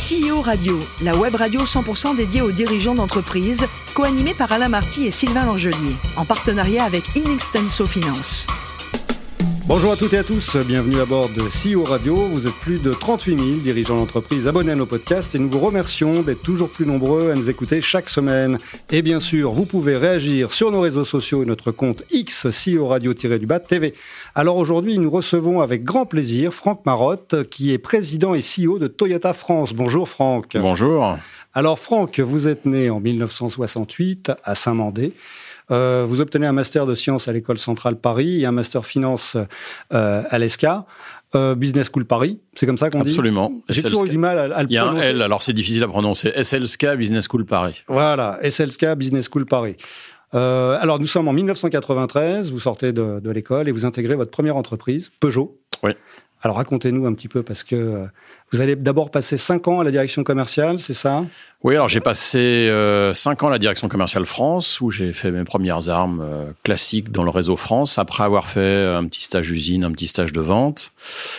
CEO Radio, la web radio 100% dédiée aux dirigeants d'entreprise, co-animée par Alain Marty et Sylvain Langelier, en partenariat avec Inextenso Finance. Bonjour à toutes et à tous, bienvenue à bord de CEO Radio. Vous êtes plus de 38 000 dirigeants d'entreprise abonnés à nos podcasts et nous vous remercions d'être toujours plus nombreux à nous écouter chaque semaine. Et bien sûr, vous pouvez réagir sur nos réseaux sociaux et notre compte X, CEO Radio-du-Bas TV. Alors aujourd'hui, nous recevons avec grand plaisir Franck Marotte, qui est président et CEO de Toyota France. Bonjour Franck. Bonjour. Alors Franck, vous êtes né en 1968 à Saint-Mandé. Vous obtenez un master de sciences à l'École centrale Paris et un master finance à l'ESCA, Business School Paris, c'est comme ça qu'on dit ? Absolument. J'ai toujours eu du mal à le prononcer. Il y a un L, alors c'est difficile à prononcer. SLSCA Business School Paris. Voilà, SLSCA Business School Paris. Alors nous sommes en 1993, vous sortez de l'école et vous intégrez votre première entreprise, Peugeot. Oui. Alors racontez-nous un petit peu, parce que vous allez d'abord passer 5 ans à la direction commerciale, c'est ça ? Oui, alors j'ai passé 5 ans à la direction commerciale France, où j'ai fait mes premières armes classiques dans le réseau France, après avoir fait un petit stage usine, un petit stage de vente.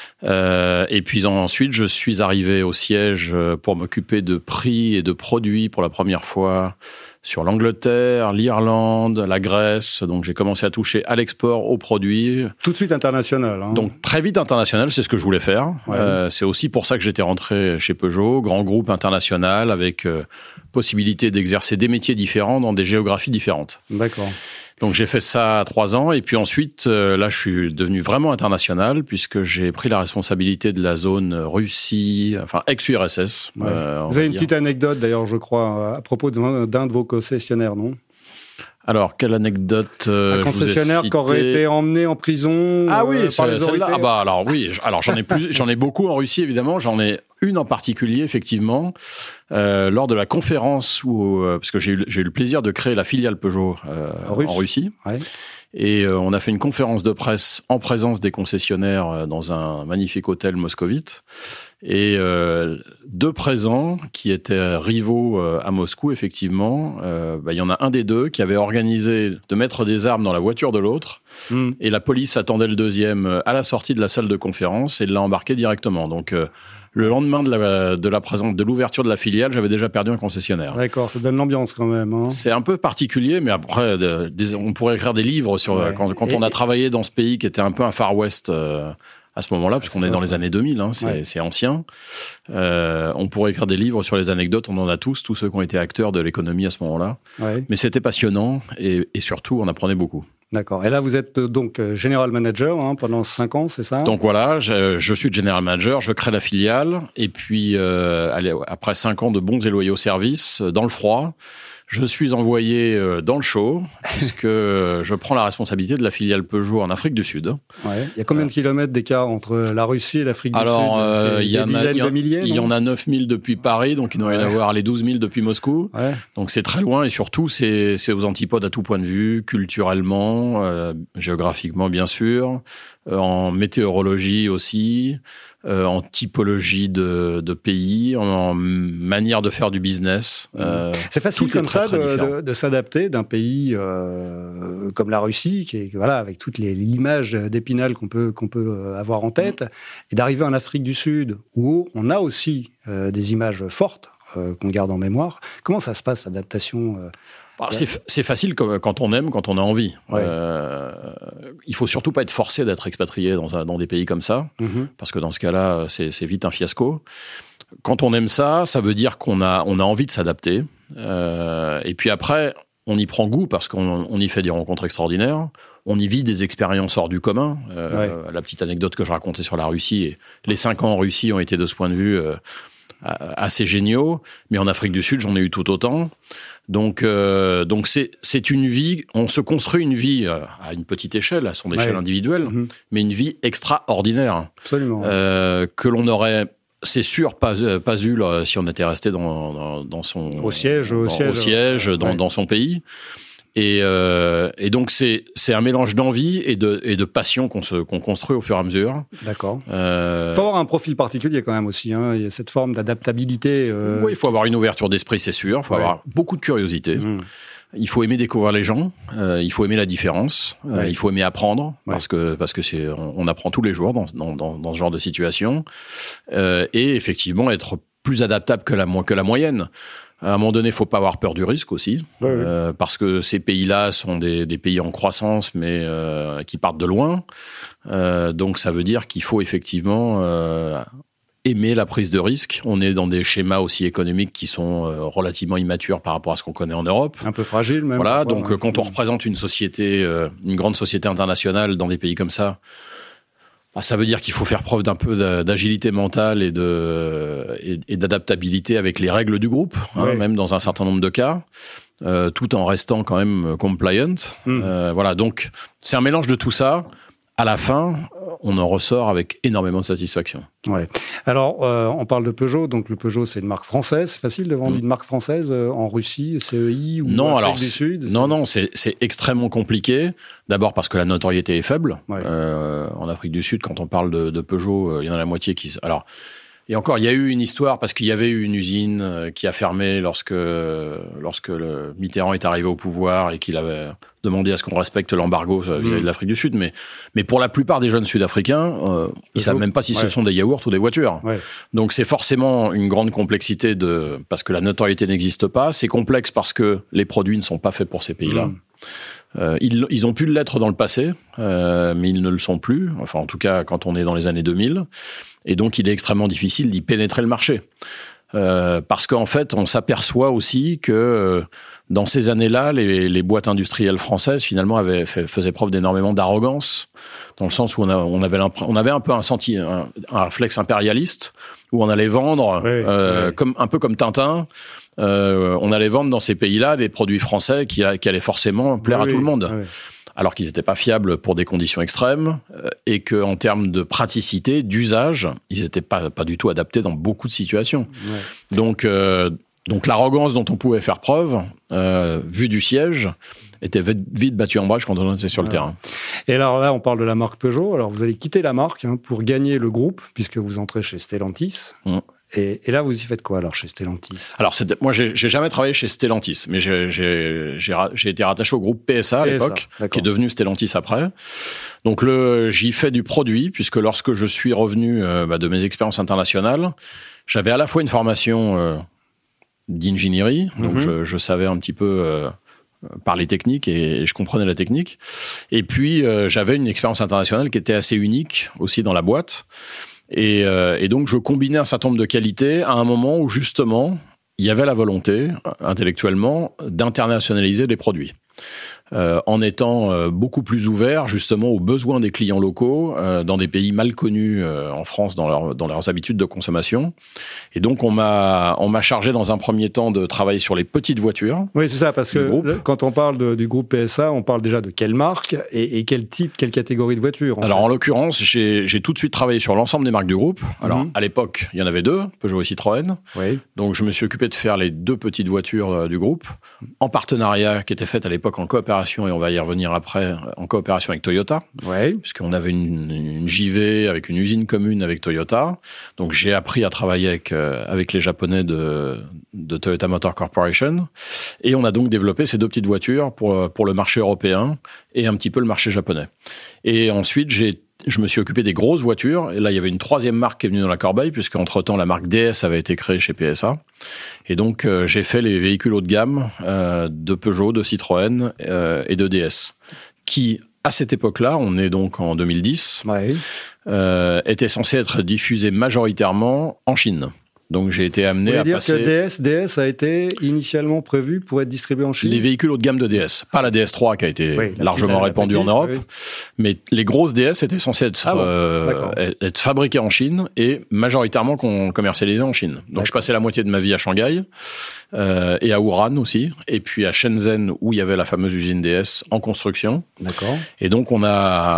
Et puis ensuite, je suis arrivé au siège pour m'occuper de prix et de produits pour la première fois sur l'Angleterre, l'Irlande, la Grèce. Donc j'ai commencé à toucher à l'export, aux produits. Tout de suite international. Hein. Donc très vite international, c'est ce que je voulais faire. Ouais. C'est aussi pour ça que j'étais rentré chez Peugeot, grand groupe international avec possibilité d'exercer des métiers différents dans des géographies différentes. D'accord. Donc j'ai fait ça 3 ans et puis ensuite, là je suis devenu vraiment international puisque j'ai pris la responsabilité de la zone Russie, enfin ex-URSS. Ouais. Vous avez une petite anecdote d'ailleurs, je crois, à propos d'un de vos concessionnaires, non ? Alors, quelle anecdote un concessionnaire qui aurait été emmené en prison par les autorités. Ah bah alors oui, alors j'en ai beaucoup en Russie évidemment, j'en ai une en particulier effectivement lors de la conférence où parce que j'ai eu le plaisir de créer la filiale Peugeot en Russie. Ouais. Et on a fait une conférence de presse en présence des concessionnaires dans un magnifique hôtel moscovite. Et 2 présents qui étaient rivaux à Moscou, effectivement. Il y en a un des 2 qui avait organisé de mettre des armes dans la voiture de l'autre. Et la police attendait le deuxième à la sortie de la salle de conférence et l'a embarqué directement. Donc le lendemain de l'ouverture de la filiale, j'avais déjà perdu un concessionnaire. D'accord, ça donne l'ambiance quand même. Hein. C'est un peu particulier, mais après, on pourrait écrire des livres sur quand on a travaillé dans ce pays qui était un peu un Far West à ce moment-là, puisqu'on est dans les années 2000, hein, c'est ancien. On pourrait écrire des livres sur les anecdotes, on en a tous ceux qui ont été acteurs de l'économie à ce moment-là. Ouais. Mais c'était passionnant et surtout, on apprenait beaucoup. D'accord. Et là, vous êtes donc General Manager pendant 5 ans, c'est ça ? Donc voilà, je suis General Manager, je crée la filiale. Et puis, après 5 ans de bons et loyaux services, dans le froid, je suis envoyé dans le chaud, puisque je prends la responsabilité de la filiale Peugeot en Afrique du Sud. Ouais. Il y a combien de kilomètres d'écart entre la Russie et l'Afrique du Sud ? Il y a des dizaines de milliers, il y en a 9 000 depuis Paris, donc il doit y en avoir les 12 000 depuis Moscou. Ouais. Donc c'est très loin et surtout, c'est aux antipodes à tout point de vue, culturellement, géographiquement bien sûr, en météorologie aussi, en typologie de pays, en manière de faire du business. C'est facile comme ça de s'adapter d'un pays comme la Russie, qui est avec toute l'image d'Épinal qu'on peut avoir en tête, et d'arriver en Afrique du Sud, où on a aussi des images fortes qu'on garde en mémoire. Comment ça se passe, l'adaptation C'est facile quand on aime, quand on a envie. Ouais. Il faut surtout pas être forcé d'être expatrié dans des pays comme ça, parce que dans ce cas-là, c'est vite un fiasco. Quand on aime ça, ça veut dire qu'on a envie de s'adapter. Et puis après, on y prend goût parce qu'on y fait des rencontres extraordinaires. On y vit des expériences hors du commun. La petite anecdote que je racontais sur la Russie, les 5 ans en Russie ont été de ce point de vue assez géniaux, mais en Afrique du Sud, j'en ai eu tout autant. Donc c'est une vie, on se construit une vie à une petite échelle, à son échelle individuelle, mais une vie extraordinaire. Absolument. Que l'on aurait, c'est sûr, pas eu là, si on était resté dans son... Au siège, dans son pays. Et donc c'est un mélange d'envie et de passion qu'on construit au fur et à mesure. D'accord. Il faut avoir un profil particulier quand même aussi. Hein. Il y a cette forme d'adaptabilité. Oui, il faut avoir une ouverture d'esprit, c'est sûr. Il faut avoir beaucoup de curiosité. Il faut aimer découvrir les gens. Il faut aimer la différence. Il faut aimer apprendre parce que on apprend tous les jours dans ce genre de situation. Et effectivement être plus adaptable que la moyenne. À un moment donné, il ne faut pas avoir peur du risque aussi, parce que ces pays-là sont des pays en croissance, mais qui partent de loin. Donc, ça veut dire qu'il faut effectivement aimer la prise de risque. On est dans des schémas aussi économiques qui sont relativement immatures par rapport à ce qu'on connaît en Europe. Un peu fragile même. Voilà, donc quand on représente une société, une grande société internationale dans des pays comme ça, ça veut dire qu'il faut faire preuve d'un peu d'agilité mentale et d'adaptabilité avec les règles du groupe, même dans un certain nombre de cas, tout en restant quand même compliant. Voilà, donc c'est un mélange de tout ça. À la fin, on en ressort avec énormément de satisfaction. Ouais. Alors, on parle de Peugeot. Donc, le Peugeot, c'est une marque française. C'est facile de vendre une marque française en Russie, CEI ou Afrique du Sud? Non, c'est extrêmement compliqué. D'abord parce que la notoriété est faible. En Afrique du Sud, quand on parle de Peugeot, il y en a la moitié qui... Alors, et encore, il y a eu une histoire parce qu'il y avait eu une usine qui a fermé lorsque le Mitterrand est arrivé au pouvoir et qu'il avait demandé à ce qu'on respecte l'embargo vis-à-vis de l'Afrique du Sud. Mais pour la plupart des jeunes Sud-Africains, ils ne savent même pas si ce sont des yaourts ou des voitures. Donc c'est forcément une grande complexité parce que la notoriété n'existe pas. C'est complexe parce que les produits ne sont pas faits pour ces pays-là. Ils ont pu l'être dans le passé, mais ils ne le sont plus. Enfin, en tout cas, quand on est dans les années 2000. Et donc, il est extrêmement difficile d'y pénétrer le marché. Parce qu'en fait, on s'aperçoit aussi que dans ces années-là, les boîtes industrielles françaises, finalement, faisaient preuve d'énormément d'arrogance, dans le sens où on avait un peu un réflexe impérialiste, où on allait vendre, un peu comme Tintin, on allait vendre dans ces pays-là des produits français qui allaient forcément plaire à tout le monde. Alors qu'ils n'étaient pas fiables pour des conditions extrêmes et qu'en termes de praticité, d'usage, ils n'étaient pas du tout adaptés dans beaucoup de situations. Donc l'arrogance dont on pouvait faire preuve, vue du siège, était vite battue en brèche quand on était sur le terrain. Et alors là, on parle de la marque Peugeot. Alors vous allez quitter la marque pour gagner le groupe, puisque vous entrez chez Stellantis. Et là, vous y faites quoi alors chez Stellantis? Alors, moi, j'ai jamais travaillé chez Stellantis, mais j'ai été rattaché au groupe PSA à l'époque, qui est devenu Stellantis après. Donc, j'y fais du produit, puisque lorsque je suis revenu de mes expériences internationales, j'avais à la fois une formation d'ingénierie, donc je savais un petit peu parler technique et je comprenais la technique. Et puis, j'avais une expérience internationale qui était assez unique aussi dans la boîte. Et donc, je combinais un certain nombre de qualités à un moment où, justement, il y avait la volonté, intellectuellement, d'internationaliser les produits. En étant beaucoup plus ouvert, justement, aux besoins des clients locaux dans des pays mal connus en France dans leurs habitudes de consommation. Et donc, on m'a chargé dans un premier temps de travailler sur les petites voitures. Oui, c'est ça, parce que quand on parle du groupe PSA, on parle déjà de quelle marque et quelle catégorie de voiture. En l'occurrence, j'ai tout de suite travaillé sur l'ensemble des marques du groupe. Alors, à l'époque, il y en avait 2, Peugeot et Citroën. Donc, je me suis occupé de faire les 2 petites voitures du groupe, en partenariat, qui était faite à l'époque en coopération, et on va y revenir après, en coopération avec Toyota, puisqu'on avait une JV avec une usine commune avec Toyota. Donc j'ai appris à travailler avec les Japonais de Toyota Motor Corporation, et on a donc développé ces 2 petites voitures pour le marché européen et un petit peu le marché japonais. Et ensuite, je me suis occupé des grosses voitures. Et là, il y avait une 3e marque qui est venue dans la corbeille, puisqu'entre-temps, la marque DS avait été créée chez PSA. Et donc, j'ai fait les véhicules haut de gamme de Peugeot, de Citroën et de DS, qui, à cette époque-là, on est donc en 2010, étaient censés être diffusés majoritairement en Chine. Donc, j'ai été amené à passer... Vous voulez dire que DS a été initialement prévu pour être distribué en Chine? Les véhicules haut de gamme de DS. Pas la DS3 qui a été largement répandue en Europe, mais les grosses DS étaient censées être fabriquées en Chine et majoritairement commercialisées en Chine. Donc, je passais la moitié de ma vie à Shanghai et à Wuhan aussi, et puis à Shenzhen où il y avait la fameuse usine DS en construction. Et donc, on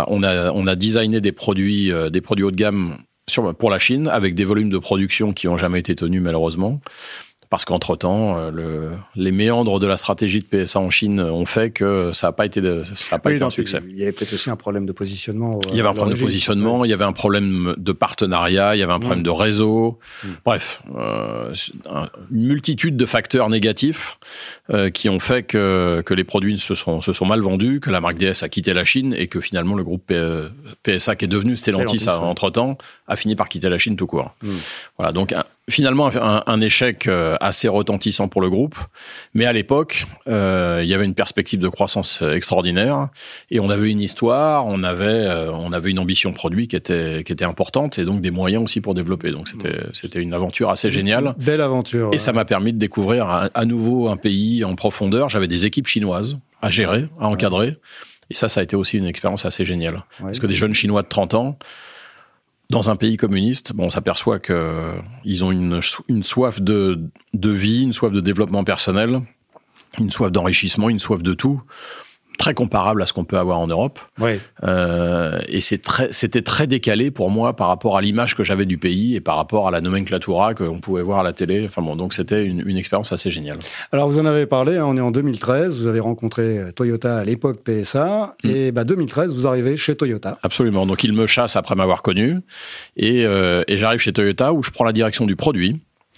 a designé des produits haut de gamme pour la Chine, avec des volumes de production qui n'ont jamais été tenus malheureusement, parce qu'entre-temps, les méandres de la stratégie de PSA en Chine ont fait que ça n'a pas été un succès. Il y avait peut-être aussi un problème de positionnement. Il y avait un problème de positionnement, il y avait un problème de partenariat, il y avait un problème de réseau. Bref, une multitude de facteurs négatifs qui ont fait que les produits se sont mal vendus, que la marque DS a quitté la Chine et que finalement le groupe PSA, qui est devenu Stellantis entre-temps, a fini par quitter la Chine tout court. Voilà, donc finalement un échec assez retentissant pour le groupe, mais à l'époque, il y avait une perspective de croissance extraordinaire et on avait une histoire, on avait une ambition produit qui était importante et donc des moyens aussi pour développer. Donc c'était une aventure assez géniale. Belle aventure. Et ça m'a permis de découvrir à nouveau un pays en profondeur. J'avais des équipes chinoises à gérer, à encadrer. Et ça a été aussi une expérience assez géniale. Parce que des jeunes Chinois de 30 ans, dans un pays communiste, on s'aperçoit qu'ils ont une soif de vie, une soif de développement personnel, une soif d'enrichissement, une soif de tout, très comparable à ce qu'on peut avoir en Europe. Oui. Et c'était très décalé pour moi par rapport à l'image que j'avais du pays et par rapport à la nomenclatura qu'on pouvait voir à la télé. Enfin bon, donc c'était une expérience assez géniale. Alors vous en avez parlé, on est en 2013, vous avez rencontré Toyota à l'époque PSA, et 2013 vous arrivez chez Toyota. Absolument, donc ils me chassent après m'avoir connu, et j'arrive chez Toyota où je prends la direction du produit.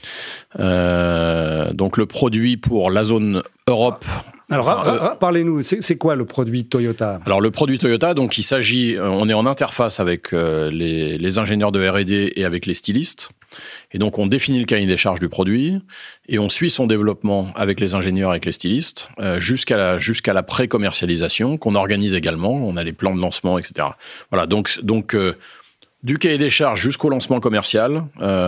Donc le produit pour la zone Europe. Alors, parlez-nous, c'est quoi le produit Toyota ? Alors, le produit Toyota, donc il s'agit, on est en interface avec les ingénieurs de R&D et avec les stylistes. Et donc, on définit le cahier des charges du produit et on suit son développement avec les ingénieurs et avec les stylistes jusqu'à la pré-commercialisation qu'on organise également. On a les plans de lancement, etc. Voilà, donc du cahier des charges jusqu'au lancement commercial,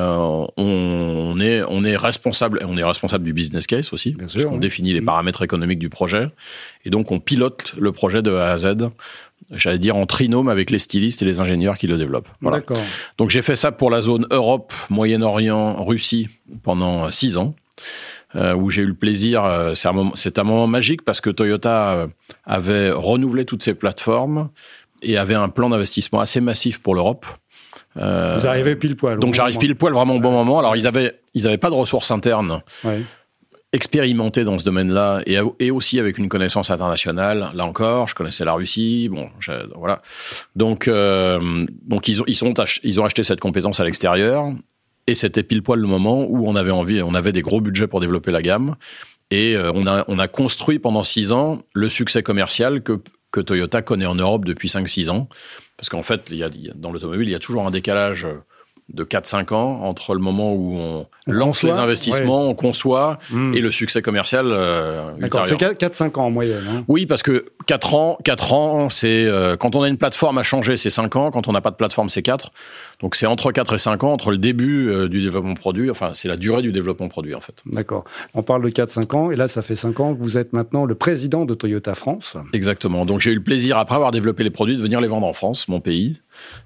on est responsable du business case aussi, parce qu'on définit les paramètres économiques du projet, et donc on pilote le projet de A à Z, j'allais dire en trinôme avec les stylistes et les ingénieurs qui le développent. Voilà. D'accord. Donc j'ai fait ça pour la zone Europe, Moyen-Orient, Russie pendant 6 ans. Où j'ai eu le plaisir, c'est un moment magique parce que Toyota avait renouvelé toutes ses plateformes et avait un plan d'investissement assez massif pour l'Europe. Vous arrivez pile poil. Donc j'arrive pile poil vraiment au bon moment. Alors ils avaient pas de ressources internes expérimentées dans ce domaine-là et aussi avec une connaissance internationale. Là encore, je connaissais la Russie. Bon, voilà. Donc ils ont acheté cette compétence à l'extérieur et c'était pile poil le moment où on avait des gros budgets pour développer la gamme et on a construit pendant 6 ans le succès commercial que Toyota connaît en Europe depuis 5-6 ans. Parce qu'en fait, dans l'automobile, il y a toujours un décalage de 4-5 ans entre le moment où on lance les investissements, on conçoit, et le succès commercial D'accord, ultérieur. c'est 4-5 ans en moyenne. Hein. Oui, parce que 4 ans, c'est quand on a une plateforme à changer, c'est 5 ans. Quand on n'a pas de plateforme, c'est 4. Donc c'est entre 4 et 5 ans, entre le début du développement produit. Enfin, c'est la durée du développement produit, en fait. D'accord. On parle de 4-5 ans, et là, ça fait 5 ans que vous êtes maintenant le président de Toyota France. Exactement. Donc j'ai eu le plaisir, après avoir développé les produits, de venir les vendre en France, mon pays.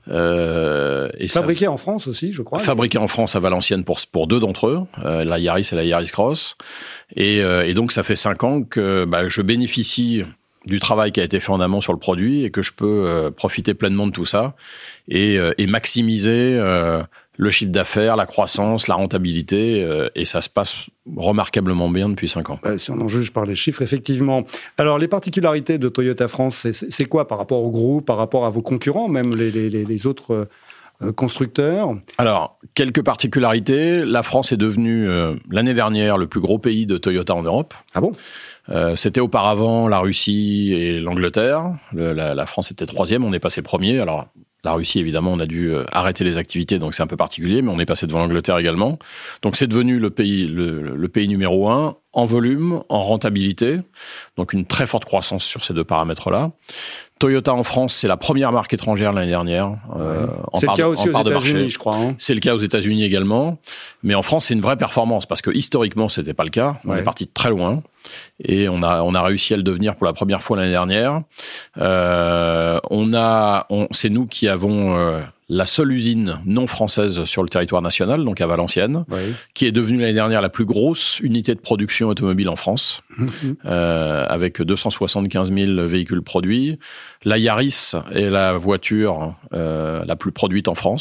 Et fabriqué en France aussi, je crois. Fabriqué en France à Valenciennes pour 2 d'entre eux, la Yaris et la Yaris Cross. Et donc ça fait 5 ans que je bénéficie du travail qui a été fait en amont sur le produit et que je peux profiter pleinement de tout ça et maximiser le chiffre d'affaires, la croissance, la rentabilité, et ça se passe remarquablement bien depuis 5 ans. Si on en juge par les chiffres, effectivement. Alors, les particularités de Toyota France, c'est quoi par rapport au groupe, par rapport à vos concurrents, même les autres constructeurs ? Alors, quelques particularités. La France est devenue, l'année dernière, le plus gros pays de Toyota en Europe. Ah bon ? C'était auparavant la Russie et l'Angleterre. La France était 3e, on est passé 1er. Alors, la Russie, évidemment, on a dû arrêter les activités, donc c'est un peu particulier, mais on est passé devant l'Angleterre également. Donc c'est devenu le pays numéro 1 en volume, en rentabilité, donc une très forte croissance sur ces 2 paramètres-là. Toyota en France, c'est la première marque étrangère l'année dernière. C'est le cas aussi aux États-Unis, je crois. Hein. C'est le cas aux États-Unis également. Mais en France, c'est une vraie performance parce que historiquement, c'était pas le cas. On est parti de très loin et on a réussi à le devenir pour la première fois l'année dernière. C'est nous qui avons la seule usine non française sur le territoire national, donc à Valenciennes, qui est devenue l'année dernière la plus grosse unité de production automobile en France, avec 275 000 véhicules produits. La Yaris est la voiture la plus produite en France.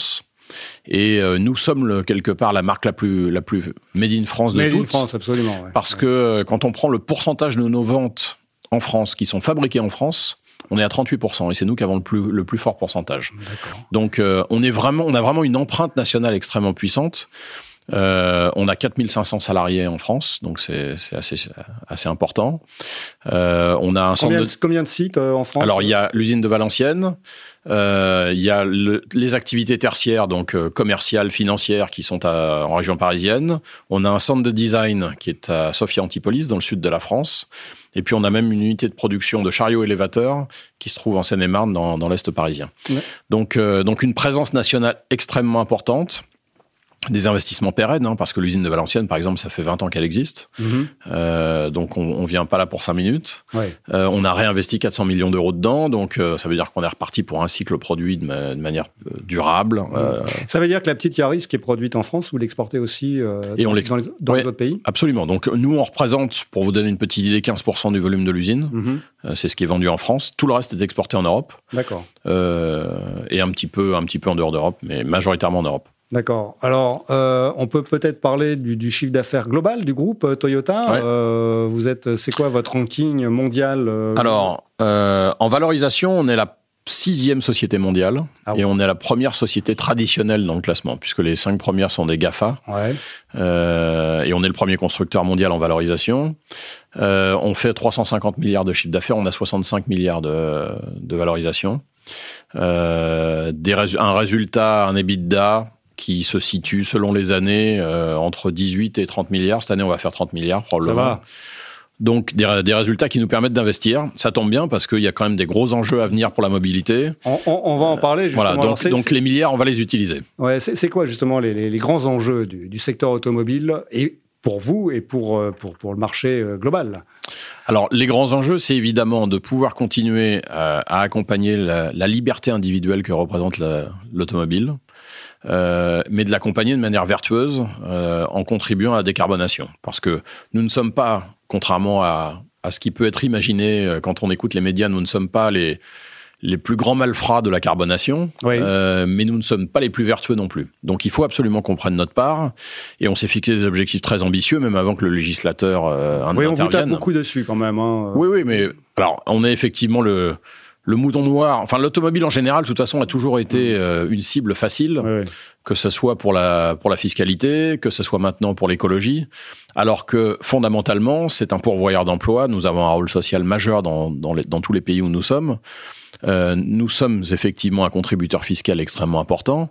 Et nous sommes quelque part la marque la plus made in France de toutes. Made in France, absolument. Ouais. Parce que quand on prend le pourcentage de nos ventes en France qui sont fabriquées en France, on est à 38%, et c'est nous qui avons le plus fort pourcentage. D'accord. Donc on a vraiment une empreinte nationale extrêmement puissante. On a 4500 salariés en France, donc c'est assez important. On a combien de sites en France? Alors il y a l'usine de Valenciennes, il y a les activités tertiaires, donc commerciales, financières, qui sont en région parisienne. On a un centre de design qui est à Sophia Antipolis, dans le sud de la France. Et puis on a même une unité de production de chariots élévateurs qui se trouve en Seine-et-Marne, dans l'est parisien. Ouais. Donc une présence nationale extrêmement importante. Des investissements pérennes, parce que l'usine de Valenciennes, par exemple, ça fait 20 ans qu'elle existe. Donc, on vient pas là pour 5 minutes. Ouais. On a réinvesti 400 millions d'euros dedans. Donc, ça veut dire qu'on est reparti pour un cycle produit de manière durable. Ça veut dire que la petite Yaris qui est produite en France, vous l'exportez aussi dans les autres pays? Absolument. Donc, nous, on représente, pour vous donner une petite idée, 15% du volume de l'usine. C'est ce qui est vendu en France. Tout le reste est exporté en Europe. D'accord. Et un petit peu en dehors d'Europe, mais majoritairement en Europe. D'accord. Alors, on peut peut-être parler du chiffre d'affaires global du groupe Toyota. Ouais. C'est quoi votre ranking mondial Alors, en valorisation, on est la 6e société mondiale et on est la première société traditionnelle dans le classement, puisque les 5 premières sont des GAFA. Ouais. Et on est le premier constructeur mondial en valorisation. On fait 350 milliards de chiffre d'affaires, on a 65 milliards de valorisation. Un résultat, un EBITDA qui se situe selon les années entre 18 et 30 milliards. Cette année, on va faire 30 milliards probablement. Ça va. Donc, des résultats qui nous permettent d'investir. Ça tombe bien parce qu'il y a quand même des gros enjeux à venir pour la mobilité. On va en parler justement. Voilà, donc les milliards, on va les utiliser. Ouais, c'est quoi justement les grands enjeux du secteur automobile et pour vous et pour le marché global? Alors, les grands enjeux, c'est évidemment de pouvoir continuer à accompagner la liberté individuelle que représente l'automobile. Mais de l'accompagner de manière vertueuse en contribuant à la décarbonation. Parce que nous ne sommes pas, contrairement à ce qui peut être imaginé quand on écoute les médias, nous ne sommes pas les plus grands malfrats de la carbonation, oui. Mais nous ne sommes pas les plus vertueux non plus. Donc il faut absolument qu'on prenne notre part, et on s'est fixé des objectifs très ambitieux, même avant que le législateur intervienne. Oui, on vous tape beaucoup dessus quand même. Oui, mais alors on est effectivement le mouton noir. Enfin, l'automobile en général, de toute façon, a toujours été une cible facile, oui. Que ce soit pour la fiscalité, que ce soit maintenant pour l'écologie, alors que fondamentalement, c'est un pourvoyeur d'emplois. Nous avons un rôle social majeur dans tous les pays où nous sommes. Nous sommes effectivement un contributeur fiscal extrêmement important,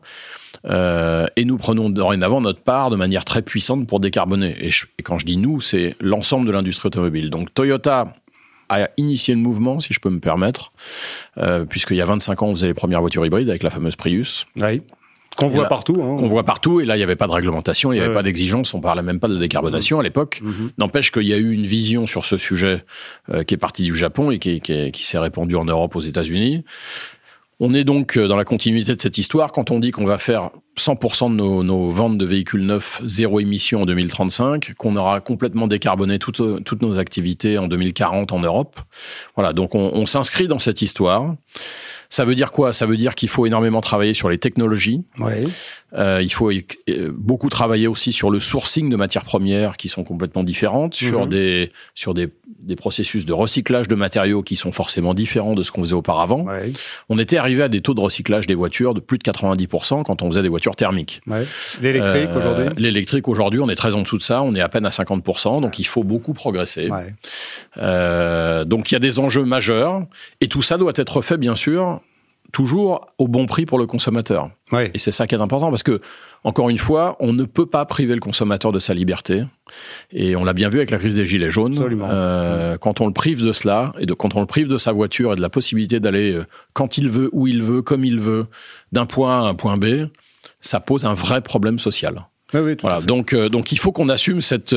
et nous prenons dorénavant notre part de manière très puissante pour décarboner. Et quand je dis nous, c'est l'ensemble de l'industrie automobile. Donc Toyota a initié le mouvement, si je peux me permettre, puisqu'il y a 25 ans, on faisait les premières voitures hybrides avec la fameuse Prius. Oui. Qu'on voit partout. Qu'on voit partout, et là, il n'y avait pas de réglementation, il n'y avait pas d'exigence, on ne parlait même pas de décarbonation à l'époque. N'empêche qu'il y a eu une vision sur ce sujet qui est partie du Japon et qui s'est répandue en Europe, aux États-Unis. On est donc dans la continuité de cette histoire. Quand on dit qu'on va faire 100% de nos ventes de véhicules neufs zéro émission en 2035, qu'on aura complètement décarboné toutes nos activités en 2040 en Europe. Voilà, donc on s'inscrit dans cette histoire. Ça veut dire quoi? Ça veut dire qu'il faut énormément travailler sur les technologies. Ouais. Il faut beaucoup travailler aussi sur le sourcing de matières premières qui sont complètement différentes, sur des processus de recyclage de matériaux qui sont forcément différents de ce qu'on faisait auparavant. Ouais. On était arrivé à des taux de recyclage des voitures de plus de 90% quand on faisait des voitures thermiques. Ouais. L'électrique aujourd'hui? L'électrique aujourd'hui, on est très en dessous de ça, on est à peine à 50%, donc il faut beaucoup progresser. Ouais. Donc il y a des enjeux majeurs, et tout ça doit être fait, bien sûr, toujours au bon prix pour le consommateur. Ouais. Et c'est ça qui est important, parce que, encore une fois, on ne peut pas priver le consommateur de sa liberté. Et on l'a bien vu avec la crise des Gilets jaunes. Quand on le prive de cela, quand on le prive de sa voiture et de la possibilité d'aller quand il veut, où il veut, comme il veut, d'un point A à un point B, ça pose un vrai problème social. Oui, tout à fait. Donc il faut qu'on assume cette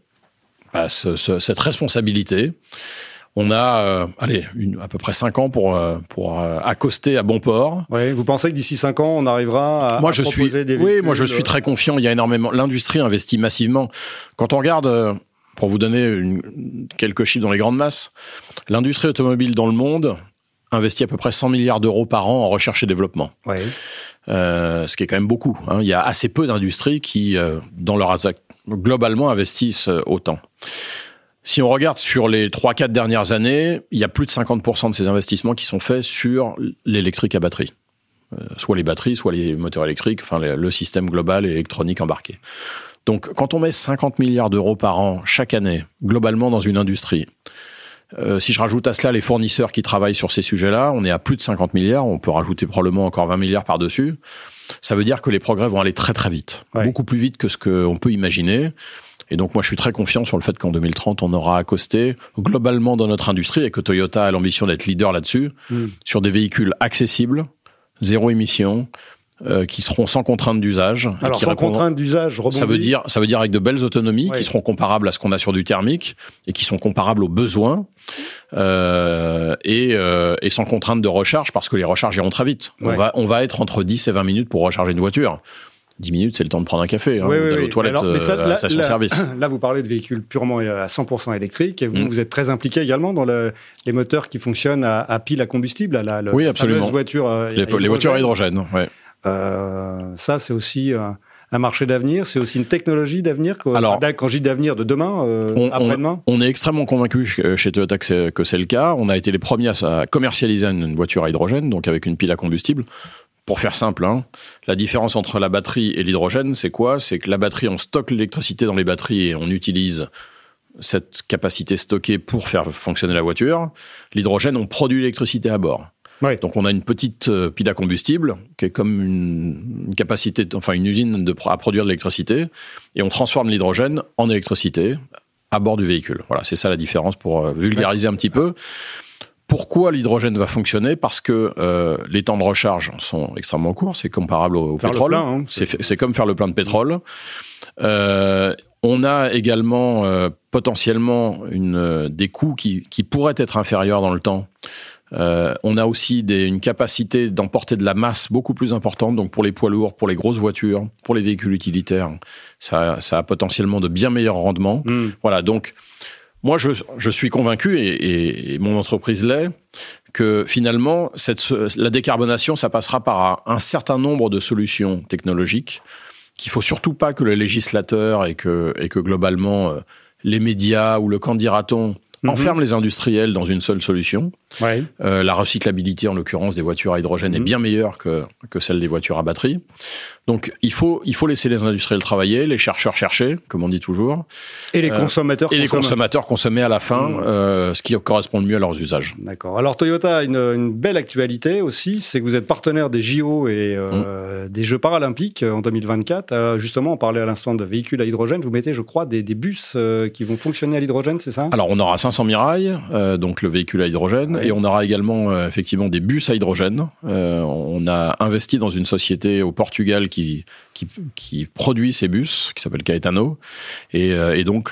responsabilité. On a à peu près 5 ans pour accoster à bon port. Oui, vous pensez que d'ici 5 ans, on arrivera à proposer des véhicules? Oui, moi je suis très confiant. Il y a énormément. L'industrie investit massivement. Quand on regarde, pour vous donner quelques chiffres dans les grandes masses, l'industrie automobile dans le monde investit à peu près 100 milliards d'euros par an en recherche et développement. Ouais. Ce qui est quand même beaucoup. Hein. Il y a assez peu d'industries qui, globalement, investissent autant. Si on regarde sur les 3-4 dernières années, il y a plus de 50% de ces investissements qui sont faits sur l'électrique à batterie. Soit les batteries, soit les moteurs électriques, enfin le système global électronique embarqué. Donc, quand on met 50 milliards d'euros par an chaque année, globalement dans une industrie, si je rajoute à cela les fournisseurs qui travaillent sur ces sujets-là, on est à plus de 50 milliards, on peut rajouter probablement encore 20 milliards par-dessus. Ça veut dire que les progrès vont aller très très vite, beaucoup plus vite que ce qu'on peut imaginer. Et donc moi je suis très confiant sur le fait qu'en 2030, on aura accosté globalement dans notre industrie, et que Toyota a l'ambition d'être leader là-dessus, sur des véhicules accessibles, zéro émission, qui seront sans contrainte d'usage. Alors sans contrainte d'usage, rebondis. Ça veut dire avec de belles autonomies qui seront comparables à ce qu'on a sur du thermique et qui sont comparables aux besoins et sans contrainte de recharge, parce que les recharges iront très vite. On va être entre 10 et 20 minutes pour recharger une voiture. 10 minutes, c'est le temps de prendre un café, d'aller aux toilettes, à la station-service. Là, vous parlez de véhicules purement à 100% électriques, et vous êtes très impliqué également dans les moteurs qui fonctionnent à pile à combustible, oui, absolument. Les voitures à hydrogène, ouais. Ça, c'est aussi un marché d'avenir, c'est aussi une technologie d'avenir. Alors, quand je dis d'avenir, de demain, après-demain. On est extrêmement convaincus chez Toyota que c'est le cas. On a été les premiers à commercialiser une voiture à hydrogène, donc avec une pile à combustible. Pour faire simple, la différence entre la batterie et l'hydrogène, c'est quoi ? C'est que la batterie, on stocke l'électricité dans les batteries et on utilise cette capacité stockée pour faire fonctionner la voiture. L'hydrogène, on produit l'électricité à bord. Ouais. Donc on a une petite pile à combustible qui est comme une capacité, enfin une usine à produire de l'électricité, et on transforme l'hydrogène en électricité à bord du véhicule. Voilà, c'est ça la différence pour vulgariser un petit peu. Pourquoi l'hydrogène va fonctionner ? Parce que les temps de recharge sont extrêmement courts, c'est comparable au pétrole. Plein, c'est comme faire le plein de pétrole. On a également potentiellement des coûts qui pourraient être inférieurs dans le temps. On a aussi une capacité d'emporter de la masse beaucoup plus importante, donc pour les poids lourds, pour les grosses voitures, pour les véhicules utilitaires, ça a potentiellement de bien meilleurs rendements. Voilà, donc moi je suis convaincu, et mon entreprise l'est, que finalement la décarbonation, ça passera par un certain nombre de solutions technologiques, qu'il faut surtout pas que le législateur et que globalement les médias ou le qu'en dira-t-on enferme les industriels dans une seule solution. Ouais. La recyclabilité, en l'occurrence, des voitures à hydrogène est bien meilleure que celle des voitures à batterie. Donc, il faut laisser les industriels travailler, les chercheurs chercher, comme on dit toujours. Et les consommateurs consommer. Les consommateurs consommer à la fin ce qui correspond le mieux à leurs usages. D'accord. Alors, Toyota a une belle actualité aussi, c'est que vous êtes partenaire des JO et des Jeux paralympiques en 2024. Justement, on parlait à l'instant de véhicules à hydrogène. Vous mettez, je crois, des bus qui vont fonctionner à l'hydrogène, c'est ça ? Alors, on aura 500 Mirail, donc le véhicule à hydrogène, et on aura également effectivement des bus à hydrogène. On a investi dans une société au Portugal qui produit ces bus, qui s'appelle Caetano, et donc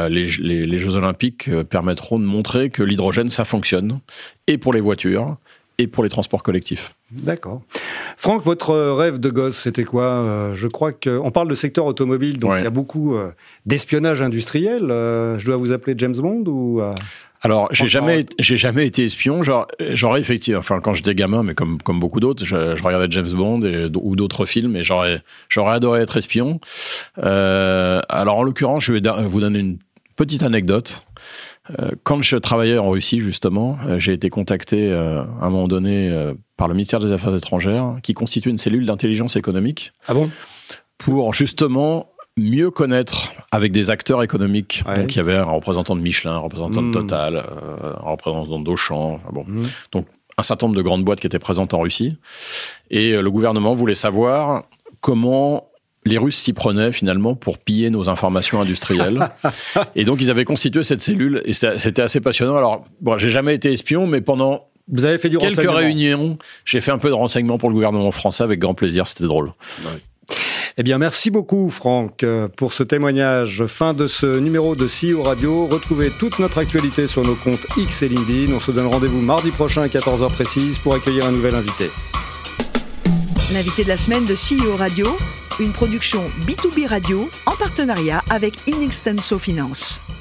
les Jeux Olympiques permettront de montrer que l'hydrogène, ça fonctionne, et pour les voitures, et pour les transports collectifs. D'accord. Franck, votre rêve de gosse, c'était quoi ? Je crois qu'on parle de secteur automobile, donc il y a beaucoup d'espionnage industriel. Je dois vous appeler James Bond ou Alors, j'ai jamais été espion. J'aurais effectivement, enfin, quand j'étais gamin, mais comme beaucoup d'autres, je regardais James Bond ou d'autres films, et j'aurais adoré être espion. Alors, en l'occurrence, je vais vous donner une petite anecdote. Quand je travaillais en Russie, justement, j'ai été contacté à un moment donné par le ministère des Affaires étrangères, qui constitue une cellule d'intelligence économique. Ah bon ? Pour justement mieux connaître avec des acteurs économiques. Ouais. Donc il y avait un représentant de Michelin, un représentant de Total, un représentant d'Auchan. Donc un certain nombre de grandes boîtes qui étaient présentes en Russie. Et le gouvernement voulait savoir comment les Russes s'y prenaient finalement pour piller nos informations industrielles. Et donc ils avaient constitué cette cellule, et c'était assez passionnant. Alors j'ai jamais été espion, mais pendant vous avez fait quelques réunions, j'ai fait un peu de renseignement pour le gouvernement français avec grand plaisir. C'était drôle. Ouais. Eh bien, merci beaucoup, Franck, pour ce témoignage. Fin de ce numéro de CEO Radio. Retrouvez toute notre actualité sur nos comptes X et LinkedIn. On se donne rendez-vous mardi prochain à 14h précise pour accueillir un nouvel invité. L'invité de la semaine de CEO Radio, une production B2B Radio en partenariat avec Inextenso Finance.